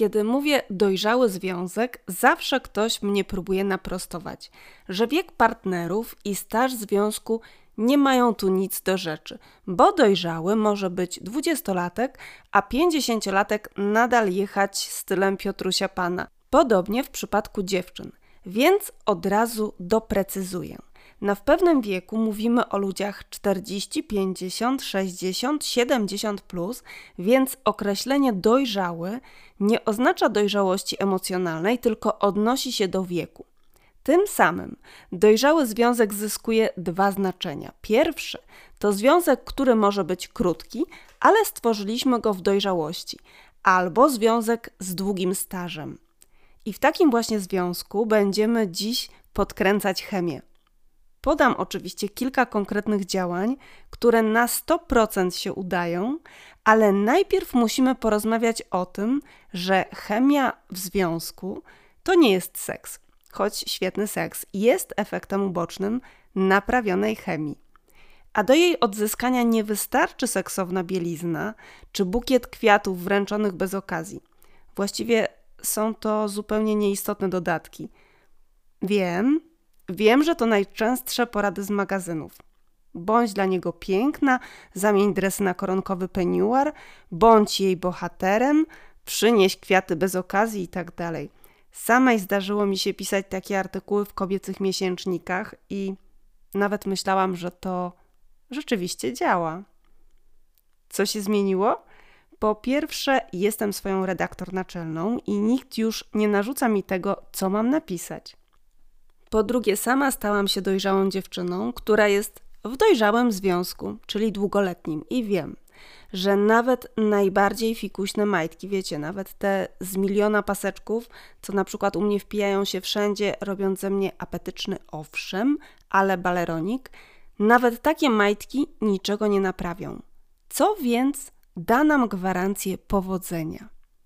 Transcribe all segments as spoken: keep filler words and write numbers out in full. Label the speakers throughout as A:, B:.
A: Kiedy mówię dojrzały związek, zawsze ktoś mnie próbuje naprostować, że wiek partnerów i staż związku nie mają tu nic do rzeczy, bo dojrzały może być dwudziestolatek, a pięćdziesięciolatek nadal jechać stylem Piotrusia Pana. Podobnie w przypadku dziewczyn, więc od razu doprecyzuję. Na w pewnym wieku mówimy o ludziach czterdzieści, pięćdziesiąt, sześćdziesiąt, siedemdziesiąt plus, więc określenie dojrzały nie oznacza dojrzałości emocjonalnej, tylko odnosi się do wieku. Tym samym dojrzały związek zyskuje dwa znaczenia. Pierwsze to związek, który może być krótki, ale stworzyliśmy go w dojrzałości, albo związek z długim stażem. I w takim właśnie związku będziemy dziś podkręcać chemię. Podam oczywiście kilka konkretnych działań, które na sto procent się udają, ale najpierw musimy porozmawiać o tym, że chemia w związku to nie jest seks, choć świetny seks jest efektem ubocznym naprawionej chemii. A do jej odzyskania nie wystarczy seksowna bielizna czy bukiet kwiatów wręczonych bez okazji. Właściwie są to zupełnie nieistotne dodatki. Wiem, Wiem, że to najczęstsze porady z magazynów. Bądź dla niego piękna, zamień dresy na koronkowy peniuar, bądź jej bohaterem, przynieś kwiaty bez okazji i tak dalej. Samej zdarzyło mi się pisać takie artykuły w kobiecych miesięcznikach i nawet myślałam, że to rzeczywiście działa. Co się zmieniło? Po pierwsze, jestem swoją redaktor naczelną i nikt już nie narzuca mi tego, co mam napisać. Po drugie, sama stałam się dojrzałą dziewczyną, która jest w dojrzałym związku, czyli długoletnim i wiem, że nawet najbardziej fikuśne majtki, wiecie, nawet te z miliona paseczków, co na przykład u mnie wpijają się wszędzie, robiąc ze mnie apetyczny owszem, ale baleronik, nawet takie majtki niczego nie naprawią. Co więc da nam gwarancję powodzenia?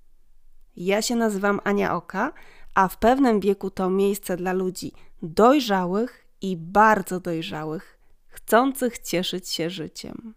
A: Ja się nazywam Ania Oka, a w pewnym wieku to miejsce dla ludzi dojrzałych i bardzo dojrzałych, chcących cieszyć się życiem.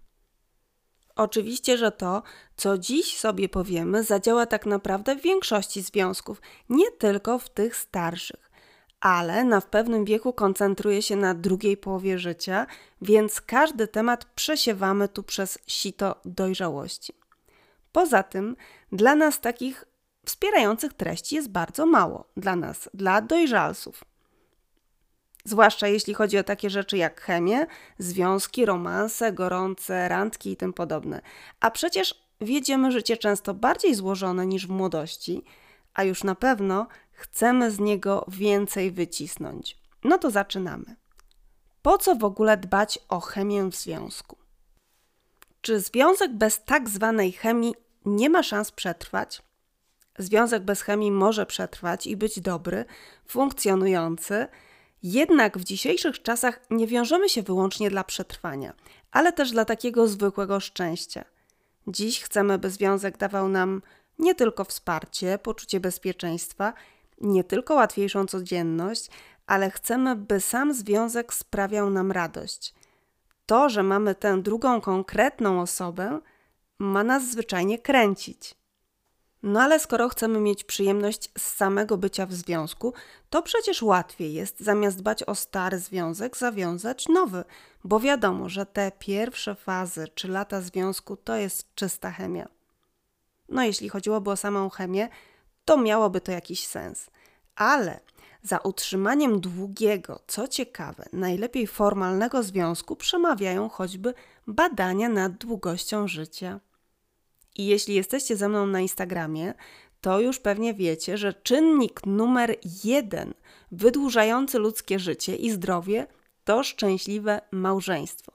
A: Oczywiście, że to, co dziś sobie powiemy, zadziała tak naprawdę w większości związków, nie tylko w tych starszych, ale na w pewnym wieku koncentruje się na drugiej połowie życia, więc każdy temat przesiewamy tu przez sito dojrzałości. Poza tym, dla nas takich wspierających treści jest bardzo mało, dla nas, dla dojrzalców. Zwłaszcza jeśli chodzi o takie rzeczy jak chemię, związki, romanse, gorące randki i tym podobne. A przecież wiedziemy życie często bardziej złożone niż w młodości, a już na pewno chcemy z niego więcej wycisnąć. No to zaczynamy. Po co w ogóle dbać o chemię w związku? Czy związek bez tak zwanej chemii nie ma szans przetrwać? Związek bez chemii może przetrwać i być dobry, funkcjonujący, jednak w dzisiejszych czasach nie wiążemy się wyłącznie dla przetrwania, ale też dla takiego zwykłego szczęścia. Dziś chcemy, by związek dawał nam nie tylko wsparcie, poczucie bezpieczeństwa, nie tylko łatwiejszą codzienność, ale chcemy, by sam związek sprawiał nam radość. To, że mamy tę drugą konkretną osobę, ma nas zwyczajnie kręcić. No ale skoro chcemy mieć przyjemność z samego bycia w związku, to przecież łatwiej jest zamiast dbać o stary związek, zawiązać nowy, bo wiadomo, że te pierwsze fazy czy lata związku to jest czysta chemia. No jeśli chodziłoby o samą chemię, to miałoby to jakiś sens. Ale za utrzymaniem długiego, co ciekawe, najlepiej formalnego związku przemawiają choćby badania nad długością życia. I jeśli jesteście ze mną na Instagramie, to już pewnie wiecie, że czynnik numer jeden wydłużający ludzkie życie i zdrowie to szczęśliwe małżeństwo.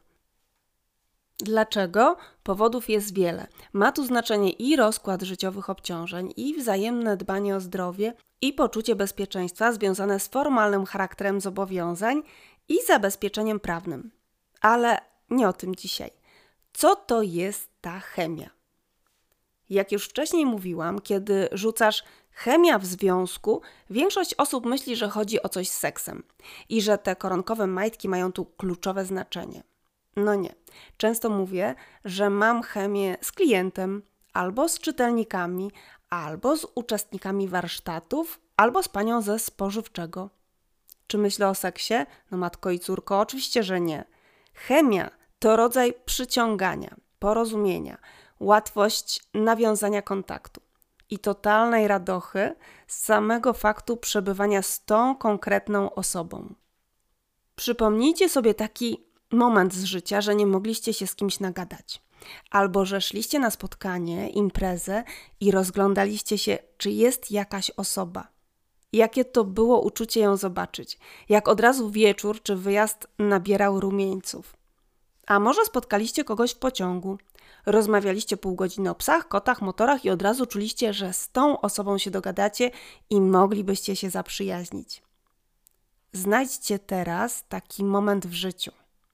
A: Dlaczego? Powodów jest wiele. Ma tu znaczenie i rozkład życiowych obciążeń, i wzajemne dbanie o zdrowie, i poczucie bezpieczeństwa związane z formalnym charakterem zobowiązań i zabezpieczeniem prawnym. Ale nie o tym dzisiaj. Co to jest ta chemia? Jak już wcześniej mówiłam, kiedy rzucasz chemia w związku, większość osób myśli, że chodzi o coś z seksem i że te koronkowe majtki mają tu kluczowe znaczenie. No nie. Często mówię, że mam chemię z klientem albo z czytelnikami, albo z uczestnikami warsztatów, albo z panią ze spożywczego. Czy myślę o seksie? No matko i córko, oczywiście, że nie. Chemia to rodzaj przyciągania, porozumienia, łatwość nawiązania kontaktu i totalnej radochy z samego faktu przebywania z tą konkretną osobą. Przypomnijcie sobie taki moment z życia, że nie mogliście się z kimś nagadać. Albo że szliście na spotkanie, imprezę i rozglądaliście się, czy jest jakaś osoba. Jakie to było uczucie ją zobaczyć. Jak od razu wieczór czy wyjazd nabierał rumieńców. A może spotkaliście kogoś w pociągu. Rozmawialiście pół godziny o psach, kotach, motorach i od razu czuliście, że z tą osobą się dogadacie i moglibyście się zaprzyjaźnić. Znajdźcie teraz taki moment w życiu.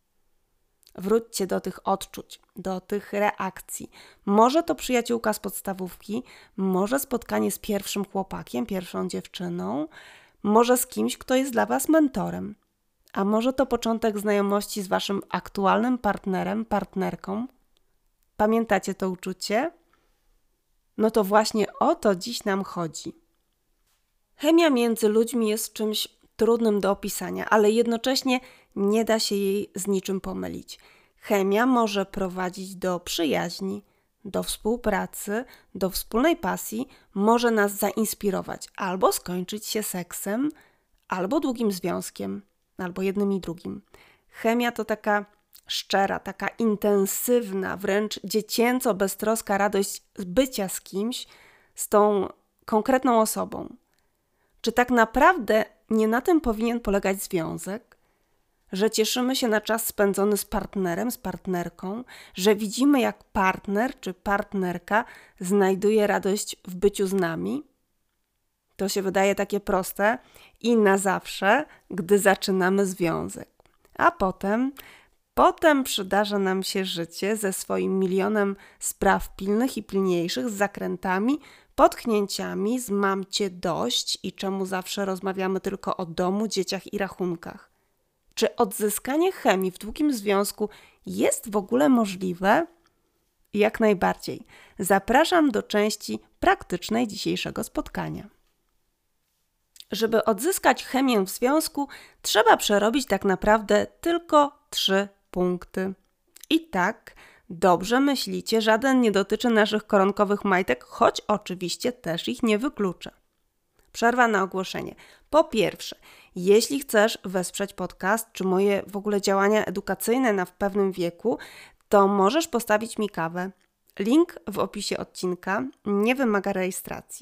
A: Wróćcie do tych odczuć, do tych reakcji. Może to przyjaciółka z podstawówki, może spotkanie z pierwszym chłopakiem, pierwszą dziewczyną, może z kimś, kto jest dla was mentorem. A może to początek znajomości z waszym aktualnym partnerem, partnerką? Pamiętacie to uczucie? No to właśnie o to dziś nam chodzi. Chemia między ludźmi jest czymś trudnym do opisania, ale jednocześnie nie da się jej z niczym pomylić. Chemia może prowadzić do przyjaźni, do współpracy, do wspólnej pasji, może nas zainspirować albo skończyć się seksem, albo długim związkiem, albo jednym i drugim. Chemia to taka szczera, taka intensywna, wręcz dziecięco beztroska radość bycia z kimś, z tą konkretną osobą. Czy tak naprawdę nie na tym powinien polegać związek? Że cieszymy się na czas spędzony z partnerem, z partnerką, że widzimy, jak partner czy partnerka znajduje radość w byciu z nami? To się wydaje takie proste i na zawsze, gdy zaczynamy związek. A potem, potem przydarza nam się życie ze swoim milionem spraw pilnych i pilniejszych, z zakrętami, potknięciami, z mam cię dość i czemu zawsze rozmawiamy tylko o domu, dzieciach i rachunkach. Czy odzyskanie chemii w długim związku jest w ogóle możliwe? Jak najbardziej. Zapraszam do części praktycznej dzisiejszego spotkania. Żeby odzyskać chemię w związku, trzeba przerobić tak naprawdę tylko trzy punkty. I tak, dobrze myślicie, żaden nie dotyczy naszych koronkowych majtek, choć oczywiście też ich nie wykluczę. Przerwa na ogłoszenie. Po pierwsze, jeśli chcesz wesprzeć podcast czy moje w ogóle działania edukacyjne na w pewnym wieku, to możesz postawić mi kawę. Link w opisie odcinka, nie wymaga rejestracji.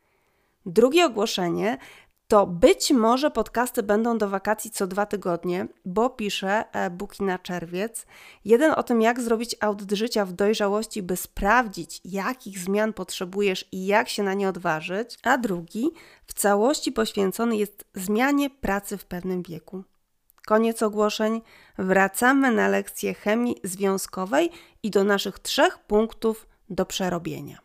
A: Drugie ogłoszenie to być może podcasty będą do wakacji co dwa tygodnie, bo piszę e-booki na czerwiec. Jeden o tym, jak zrobić audyt życia w dojrzałości, by sprawdzić, jakich zmian potrzebujesz i jak się na nie odważyć, a drugi w całości poświęcony jest zmianie pracy w pewnym wieku. Koniec ogłoszeń. Wracamy na lekcję chemii związkowej i do naszych trzech punktów do przerobienia.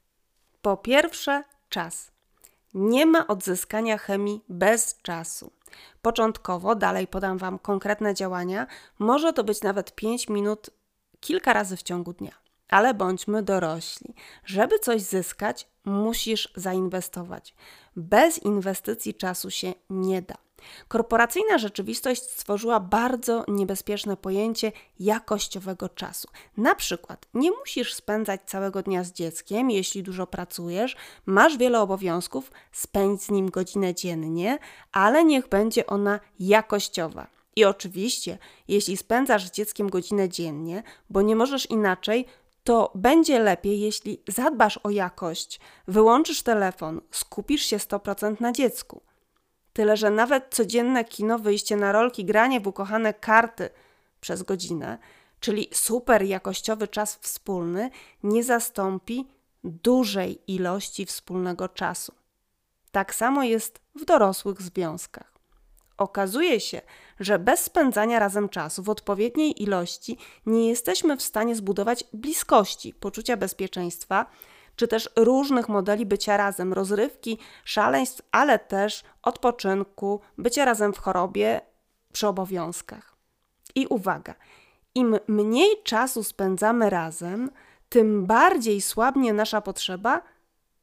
A: Po pierwsze, czas. Nie ma odzyskania chemii bez czasu. Początkowo, dalej podam Wam konkretne działania, może to być nawet pięć minut kilka razy w ciągu dnia. Ale bądźmy dorośli. Żeby coś zyskać, musisz zainwestować. Bez inwestycji czasu się nie da. Korporacyjna rzeczywistość stworzyła bardzo niebezpieczne pojęcie jakościowego czasu. Na przykład nie musisz spędzać całego dnia z dzieckiem, jeśli dużo pracujesz, masz wiele obowiązków, spędź z nim godzinę dziennie, ale niech będzie ona jakościowa. I oczywiście, jeśli spędzasz z dzieckiem godzinę dziennie, bo nie możesz inaczej, to będzie lepiej, jeśli zadbasz o jakość, wyłączysz telefon, skupisz się sto procent na dziecku. Tyle, że nawet codzienne kino, wyjście na rolki, granie w ukochane karty przez godzinę, czyli super jakościowy czas wspólny, nie zastąpi dużej ilości wspólnego czasu. Tak samo jest w dorosłych związkach. Okazuje się, że bez spędzania razem czasu w odpowiedniej ilości nie jesteśmy w stanie zbudować bliskości, poczucia bezpieczeństwa, czy też różnych modeli bycia razem, rozrywki, szaleństw, ale też odpoczynku, bycia razem w chorobie, przy obowiązkach. I uwaga, im mniej czasu spędzamy razem, tym bardziej słabnie nasza potrzeba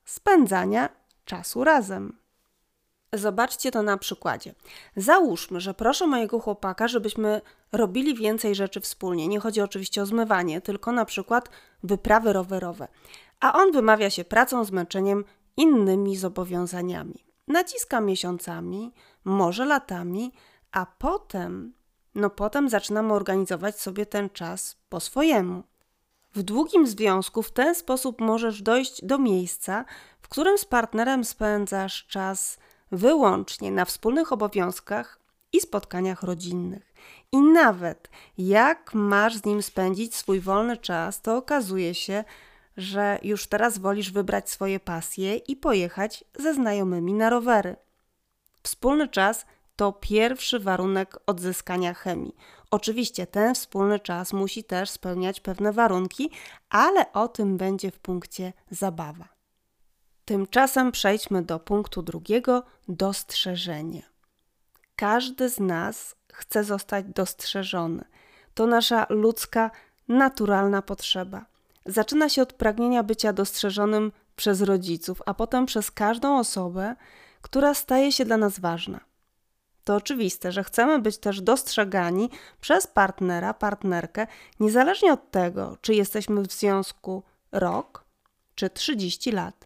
A: spędzania czasu razem. Zobaczcie to na przykładzie. Załóżmy, że proszę mojego chłopaka, żebyśmy robili więcej rzeczy wspólnie. Nie chodzi oczywiście o zmywanie, tylko na przykład wyprawy rowerowe. A on wymawia się pracą, zmęczeniem, innymi zobowiązaniami. Naciska miesiącami, może latami, a potem, no potem zaczynamy organizować sobie ten czas po swojemu. W długim związku w ten sposób możesz dojść do miejsca, w którym z partnerem spędzasz czas wyłącznie na wspólnych obowiązkach i spotkaniach rodzinnych. I nawet jak masz z nim spędzić swój wolny czas, to okazuje się, że już teraz wolisz wybrać swoje pasje i pojechać ze znajomymi na rowery. Wspólny czas to pierwszy warunek odzyskania chemii. Oczywiście ten wspólny czas musi też spełniać pewne warunki, ale o tym będzie w punkcie zabawa. Tymczasem przejdźmy do punktu drugiego, dostrzeżenie. Każdy z nas chce zostać dostrzeżony. To nasza ludzka, naturalna potrzeba. Zaczyna się od pragnienia bycia dostrzeżonym przez rodziców, a potem przez każdą osobę, która staje się dla nas ważna. To oczywiste, że chcemy być też dostrzegani przez partnera, partnerkę, niezależnie od tego, czy jesteśmy w związku rok czy trzydzieści lat.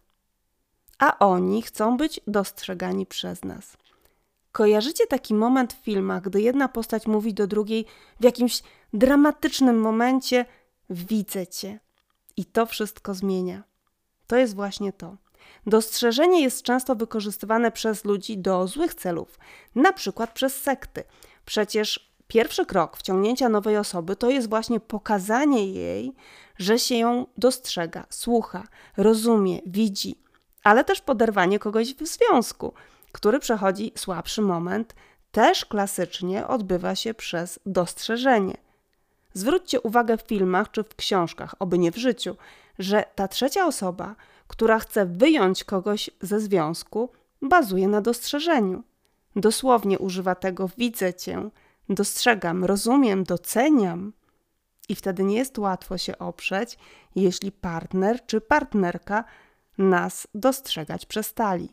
A: A oni chcą być dostrzegani przez nas. Kojarzycie taki moment w filmach, gdy jedna postać mówi do drugiej w jakimś dramatycznym momencie: widzę cię. I to wszystko zmienia. To jest właśnie to. Dostrzeżenie jest często wykorzystywane przez ludzi do złych celów, na przykład przez sekty. Przecież pierwszy krok wciągnięcia nowej osoby to jest właśnie pokazanie jej, że się ją dostrzega, słucha, rozumie, widzi, ale też poderwanie kogoś w związku, który przechodzi słabszy moment, też klasycznie odbywa się przez dostrzeżenie. Zwróćcie uwagę w filmach czy w książkach, oby nie w życiu, że ta trzecia osoba, która chce wyjąć kogoś ze związku, bazuje na dostrzeżeniu. Dosłownie używa tego: widzę cię, dostrzegam, rozumiem, doceniam. I wtedy nie jest łatwo się oprzeć, jeśli partner czy partnerka nas dostrzegać przestali.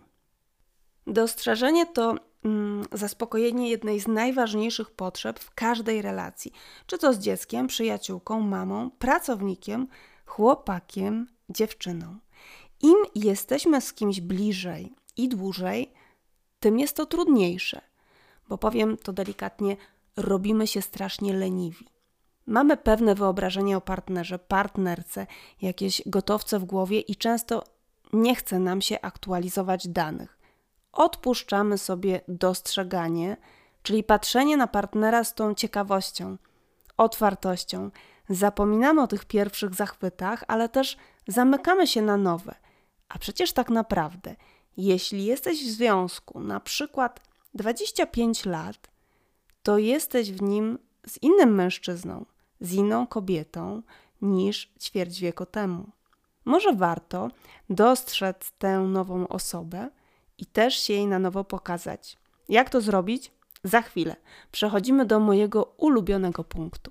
A: Dostrzeżenie to mm, zaspokojenie jednej z najważniejszych potrzeb w każdej relacji. Czy to z dzieckiem, przyjaciółką, mamą, pracownikiem, chłopakiem, dziewczyną. Im jesteśmy z kimś bliżej i dłużej, tym jest to trudniejsze. Bo powiem to delikatnie, robimy się strasznie leniwi. Mamy pewne wyobrażenie o partnerze, partnerce, jakieś gotowce w głowie i często nie chce nam się aktualizować danych. Odpuszczamy sobie dostrzeganie, czyli patrzenie na partnera z tą ciekawością, otwartością. Zapominamy o tych pierwszych zachwytach, ale też zamykamy się na nowe. A przecież tak naprawdę, jeśli jesteś w związku na przykład dwadzieścia pięć lat, to jesteś w nim z innym mężczyzną, z inną kobietą niż ćwierć wieku temu. Może warto dostrzec tę nową osobę i też się jej na nowo pokazać. Jak to zrobić? Za chwilę. Przechodzimy do mojego ulubionego punktu.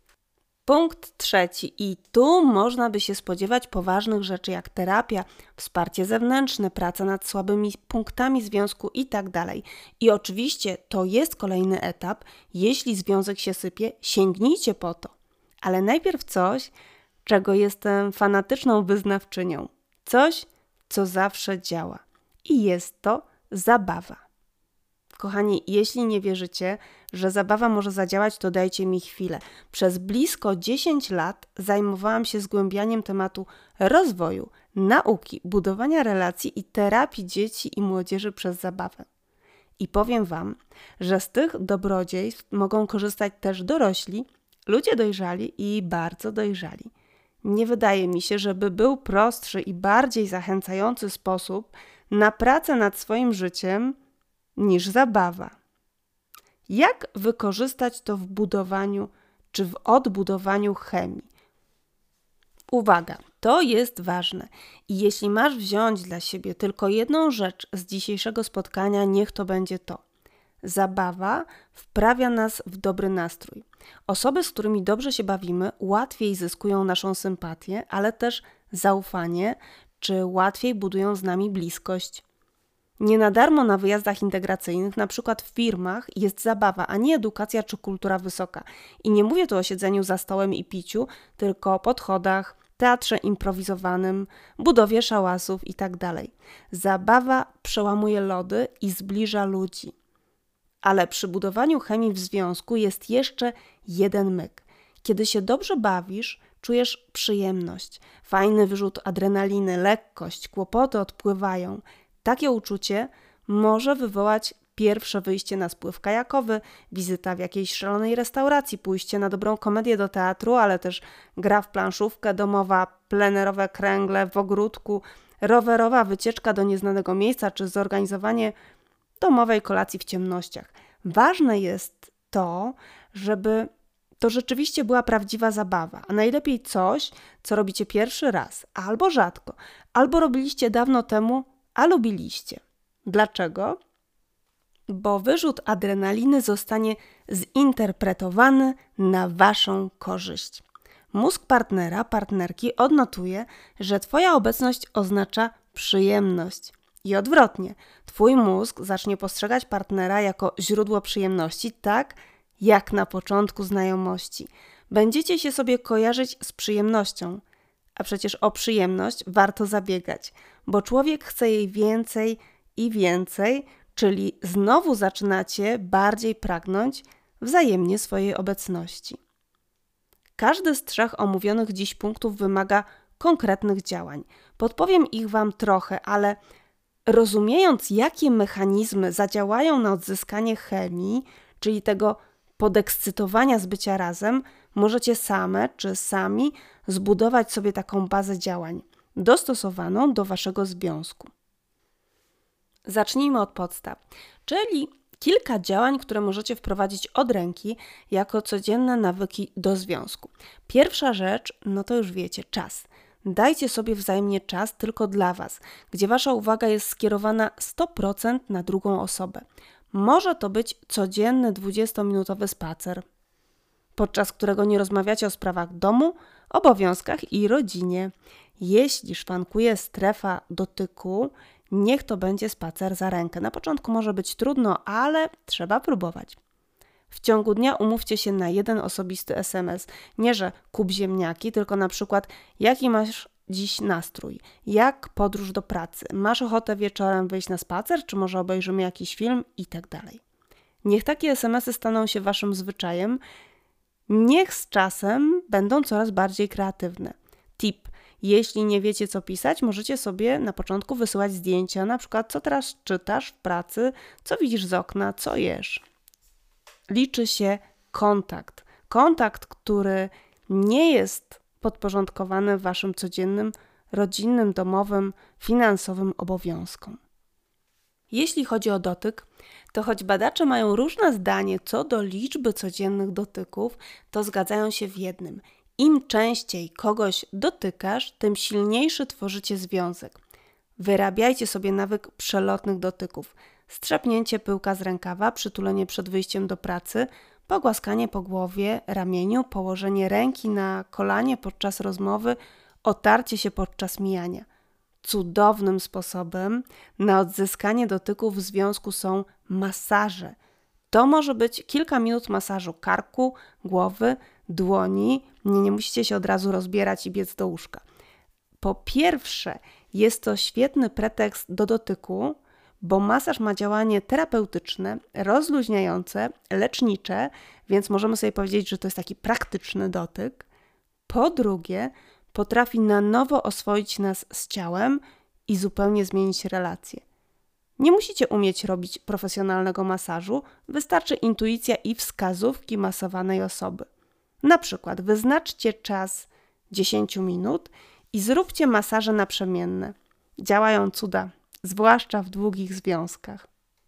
A: Punkt trzeci. I tu można by się spodziewać poważnych rzeczy jak terapia, wsparcie zewnętrzne, praca nad słabymi punktami związku i tak dalej. I oczywiście to jest kolejny etap. Jeśli związek się sypie, sięgnijcie po to. Ale najpierw coś, czego jestem fanatyczną wyznawczynią. Coś, co zawsze działa. I jest to zabawa. Kochani, jeśli nie wierzycie, że zabawa może zadziałać, to dajcie mi chwilę. Przez blisko dziesięć lat zajmowałam się zgłębianiem tematu rozwoju, nauki, budowania relacji i terapii dzieci i młodzieży przez zabawę. I powiem Wam, że z tych dobrodziejstw mogą korzystać też dorośli, ludzie dojrzali i bardzo dojrzali. Nie wydaje mi się, żeby był prostszy i bardziej zachęcający sposób na pracę nad swoim życiem niż zabawa. Jak wykorzystać to w budowaniu czy w odbudowaniu chemii? Uwaga, to jest ważne. I jeśli masz wziąć dla siebie tylko jedną rzecz z dzisiejszego spotkania, niech to będzie to. Zabawa wprawia nas w dobry nastrój. Osoby, z którymi dobrze się bawimy, łatwiej zyskują naszą sympatię, ale też zaufanie, czy łatwiej budują z nami bliskość. Nie na darmo na wyjazdach integracyjnych, na przykład w firmach, jest zabawa, a nie edukacja czy kultura wysoka. I nie mówię tu o siedzeniu za stołem i piciu, tylko o podchodach, teatrze improwizowanym, budowie szałasów itd. Zabawa przełamuje lody i zbliża ludzi. Ale przy budowaniu chemii w związku jest jeszcze jeden myk. Kiedy się dobrze bawisz, czujesz przyjemność, fajny wyrzut adrenaliny, lekkość, kłopoty odpływają. Takie uczucie może wywołać pierwsze wyjście na spływ kajakowy, wizyta w jakiejś szalonej restauracji, pójście na dobrą komedię do teatru, ale też gra w planszówkę domowa, plenerowe kręgle w ogródku, rowerowa wycieczka do nieznanego miejsca czy zorganizowanie domowej kolacji w ciemnościach. Ważne jest to, żeby to rzeczywiście była prawdziwa zabawa, a najlepiej coś, co robicie pierwszy raz, albo rzadko, albo robiliście dawno temu, a lubiliście. Dlaczego? Bo wyrzut adrenaliny zostanie zinterpretowany na waszą korzyść. Mózg partnera, partnerki odnotuje, że twoja obecność oznacza przyjemność. I odwrotnie, twój mózg zacznie postrzegać partnera jako źródło przyjemności, tak jak na początku znajomości. Będziecie się sobie kojarzyć z przyjemnością, a przecież o przyjemność warto zabiegać, bo człowiek chce jej więcej i więcej, czyli znowu zaczynacie bardziej pragnąć wzajemnie swojej obecności. Każdy z trzech omówionych dziś punktów wymaga konkretnych działań. Podpowiem ich wam trochę, ale rozumiejąc, jakie mechanizmy zadziałają na odzyskanie chemii, czyli tego podekscytowania z bycia razem, możecie same czy sami zbudować sobie taką bazę działań, dostosowaną do waszego związku. Zacznijmy od podstaw, czyli kilka działań, które możecie wprowadzić od ręki jako codzienne nawyki do związku. Pierwsza rzecz, no to już wiecie, czas. Dajcie sobie wzajemnie czas tylko dla was, gdzie wasza uwaga jest skierowana sto procent na drugą osobę. Może to być codzienny dwudziestominutowy spacer, podczas którego nie rozmawiacie o sprawach domu, obowiązkach i rodzinie. Jeśli szwankuje strefa dotyku, niech to będzie spacer za rękę. Na początku może być trudno, ale trzeba próbować. W ciągu dnia umówcie się na jeden osobisty es em es. Nie, że kup ziemniaki, tylko na przykład jaki masz dziś nastrój, jak podróż do pracy, masz ochotę wieczorem wyjść na spacer, czy może obejrzymy jakiś film i tak dalej. Niech takie es em esy staną się waszym zwyczajem, niech z czasem będą coraz bardziej kreatywne. Tip: jeśli nie wiecie co pisać, możecie sobie na początku wysyłać zdjęcia, na przykład co teraz czytasz w pracy, co widzisz z okna, co jesz. Liczy się kontakt. Kontakt, który nie jest podporządkowany waszym codziennym, rodzinnym, domowym, finansowym obowiązkom. Jeśli chodzi o dotyk, to choć badacze mają różne zdanie co do liczby codziennych dotyków, to zgadzają się w jednym. Im częściej kogoś dotykasz, tym silniejszy tworzycie związek. Wyrabiajcie sobie nawyk przelotnych dotyków. Strzepnięcie pyłka z rękawa, przytulenie przed wyjściem do pracy, pogłaskanie po głowie, ramieniu, położenie ręki na kolanie podczas rozmowy, otarcie się podczas mijania. Cudownym sposobem na odzyskanie dotyków w związku są masaże. To może być kilka minut masażu karku, głowy, dłoni. Nie, nie musicie się od razu rozbierać i biec do łóżka. Po pierwsze, jest to świetny pretekst do dotyku, bo masaż ma działanie terapeutyczne, rozluźniające, lecznicze, więc możemy sobie powiedzieć, że to jest taki praktyczny dotyk. Po drugie, potrafi na nowo oswoić nas z ciałem i zupełnie zmienić relacje. Nie musicie umieć robić profesjonalnego masażu, wystarczy intuicja i wskazówki masowanej osoby. Na przykład wyznaczcie czas dziesięć minut i zróbcie masaże naprzemienne. Działają cuda, zwłaszcza w długich związkach.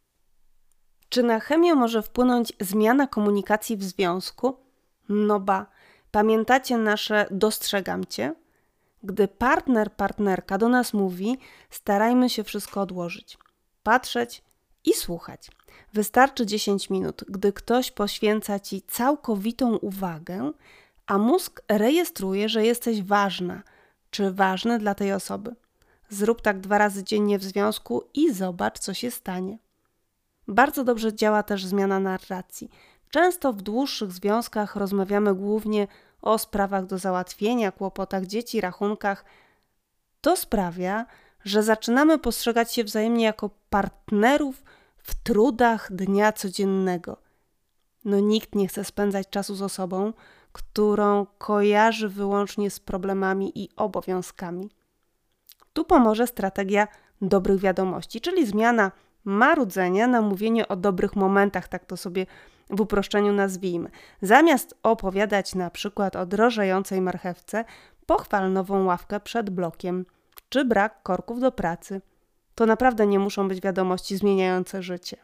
A: Czy na chemię może wpłynąć zmiana komunikacji w związku? No ba, pamiętacie nasze dostrzegam cię? Gdy partner, partnerka do nas mówi, starajmy się wszystko odłożyć, patrzeć i słuchać. Wystarczy dziesięć minut, gdy ktoś poświęca ci całkowitą uwagę, a mózg rejestruje, że jesteś ważna czy ważny dla tej osoby. Zrób tak dwa razy dziennie w związku i zobacz, co się stanie. Bardzo dobrze działa też zmiana narracji. Często w dłuższych związkach rozmawiamy głównie o sprawach do załatwienia, kłopotach dzieci, rachunkach. To sprawia, że zaczynamy postrzegać się wzajemnie jako partnerów w trudach dnia codziennego. No nikt nie chce spędzać czasu z osobą, którą kojarzy wyłącznie z problemami i obowiązkami. Tu pomoże strategia dobrych wiadomości, czyli zmiana marudzenia na mówienie o dobrych momentach, tak to sobie w uproszczeniu nazwijmy. Zamiast opowiadać na przykład o drożejącej marchewce, pochwal nową ławkę przed blokiem, czy brak korków do pracy. To naprawdę nie muszą być wiadomości zmieniające życie.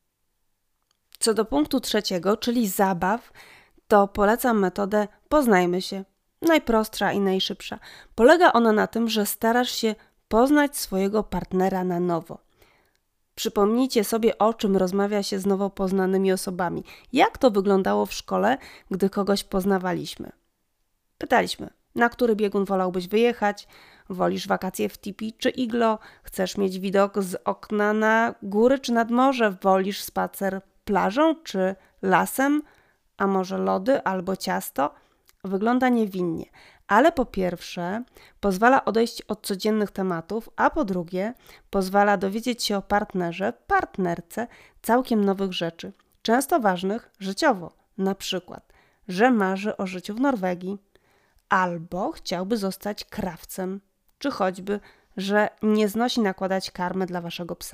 A: Co do punktu trzeciego, czyli zabaw, to polecam metodę Poznajmy się. Najprostsza i najszybsza. Polega ona na tym, że starasz się poznać swojego partnera na nowo. Przypomnijcie sobie, o czym rozmawia się z nowo poznanymi osobami. Jak to wyglądało w szkole, gdy kogoś poznawaliśmy? Pytaliśmy, na który biegun wolałbyś wyjechać? Wolisz wakacje w tipi czy iglo? Chcesz mieć widok z okna na góry czy nad morze? Wolisz spacer plażą czy lasem? A może lody albo ciasto? Wygląda niewinnie, ale po pierwsze pozwala odejść od codziennych tematów, a po drugie pozwala dowiedzieć się o partnerze, partnerce całkiem nowych rzeczy, często ważnych życiowo, na przykład, że marzy o życiu w Norwegii, albo chciałby zostać krawcem, czy choćby, że nie znosi nakładać karmy dla waszego psa.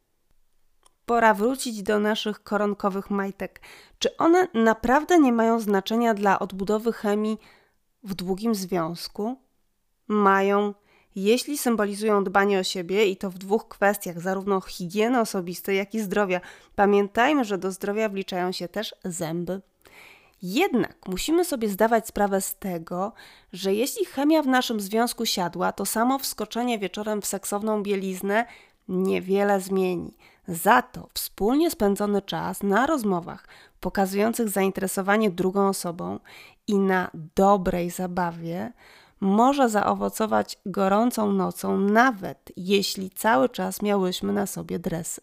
A: Pora wrócić do naszych koronkowych majtek. Czy one naprawdę nie mają znaczenia dla odbudowy chemii w długim związku? Mają, jeśli symbolizują dbanie o siebie i to w dwóch kwestiach, zarówno higieny osobistej, jak i zdrowia. Pamiętajmy, że do zdrowia wliczają się też zęby. Jednak musimy sobie zdawać sprawę z tego, że jeśli chemia w naszym związku siadła, to samo wskoczenie wieczorem w seksowną bieliznę niewiele zmieni. Za to wspólnie spędzony czas na rozmowach pokazujących zainteresowanie drugą osobą i na dobrej zabawie może zaowocować gorącą nocą, nawet jeśli cały czas miałyśmy na sobie dresy.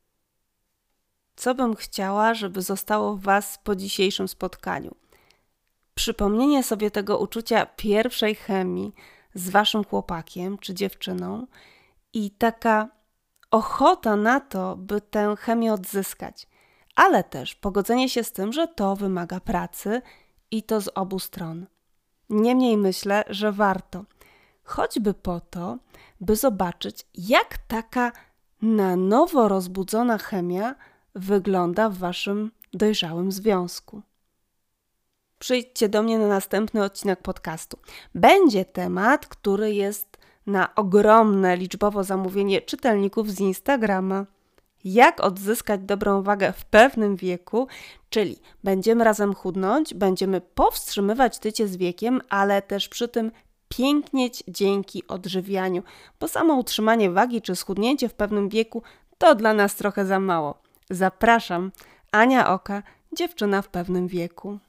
A: Co bym chciała, żeby zostało w was po dzisiejszym spotkaniu? Przypomnienie sobie tego uczucia pierwszej chemii z waszym chłopakiem czy dziewczyną i taka ochota na to, by tę chemię odzyskać, ale też pogodzenie się z tym, że to wymaga pracy i to z obu stron. Niemniej myślę, że warto, choćby po to, by zobaczyć, jak taka na nowo rozbudzona chemia wygląda w waszym dojrzałym związku. Przyjdźcie do mnie na następny odcinek podcastu. Będzie temat, który jest na ogromne liczbowo zamówienie czytelników z Instagrama. Jak odzyskać dobrą wagę w pewnym wieku, czyli będziemy razem chudnąć, będziemy powstrzymywać tycie z wiekiem, ale też przy tym pięknieć dzięki odżywianiu, bo samo utrzymanie wagi czy schudnięcie w pewnym wieku to dla nas trochę za mało. Zapraszam, Ania Oka, dziewczyna w pewnym wieku.